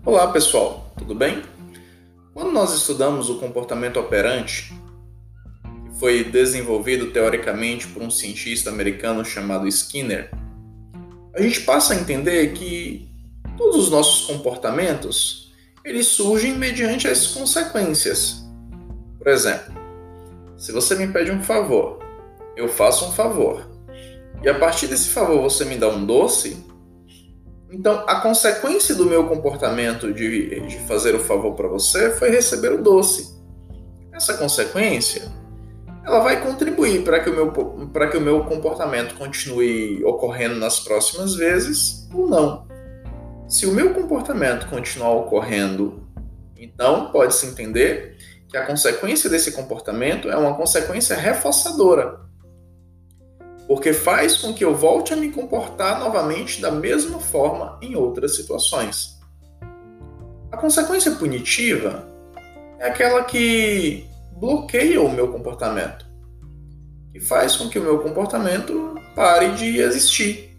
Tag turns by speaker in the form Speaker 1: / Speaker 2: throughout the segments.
Speaker 1: Olá pessoal, tudo bem? Quando nós estudamos o comportamento operante, que foi desenvolvido teoricamente por um cientista americano chamado Skinner, a gente passa a entender que todos os nossos comportamentos eles surgem mediante as consequências. Por exemplo, se você me pede um favor, eu faço um favor, e a partir desse favor você me dá um doce, então a consequência do meu comportamento de fazer o favor para você foi receber o doce. Essa consequência ela vai contribuir para que o meu comportamento continue ocorrendo nas próximas vezes ou não. Se o meu comportamento continuar ocorrendo, então pode-se entender que a consequência desse comportamento é uma consequência reforçadora, porque faz com que eu volte a me comportar novamente da mesma forma em outras situações. A consequência punitiva é aquela que bloqueia o meu comportamento, que faz com que o meu comportamento pare de existir.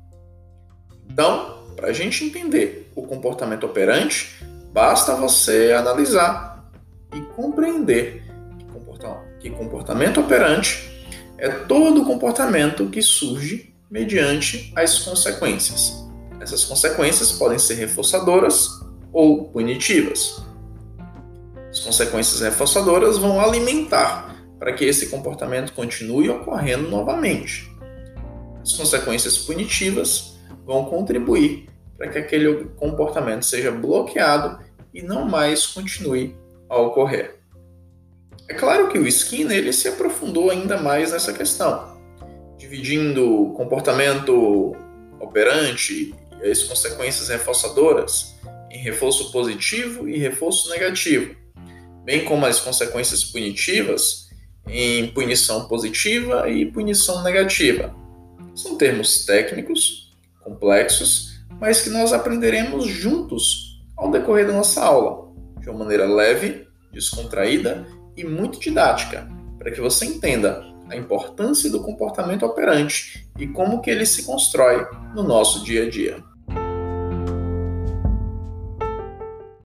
Speaker 1: Então, para a gente entender o comportamento operante, basta você analisar e compreender que comportamento operante é todo comportamento que surge mediante as consequências. Essas consequências podem ser reforçadoras ou punitivas. As consequências reforçadoras vão alimentar para que esse comportamento continue ocorrendo novamente. As consequências punitivas vão contribuir para que aquele comportamento seja bloqueado e não mais continue a ocorrer. É claro que o Skinner ele se aprofundou ainda mais nessa questão, dividindo o comportamento operante e as consequências reforçadoras em reforço positivo e reforço negativo, bem como as consequências punitivas em punição positiva e punição negativa. São termos técnicos, complexos, mas que nós aprenderemos juntos ao decorrer da nossa aula, de uma maneira leve, descontraída e muito didática, para que você entenda a importância do comportamento operante e como que ele se constrói no nosso dia a dia.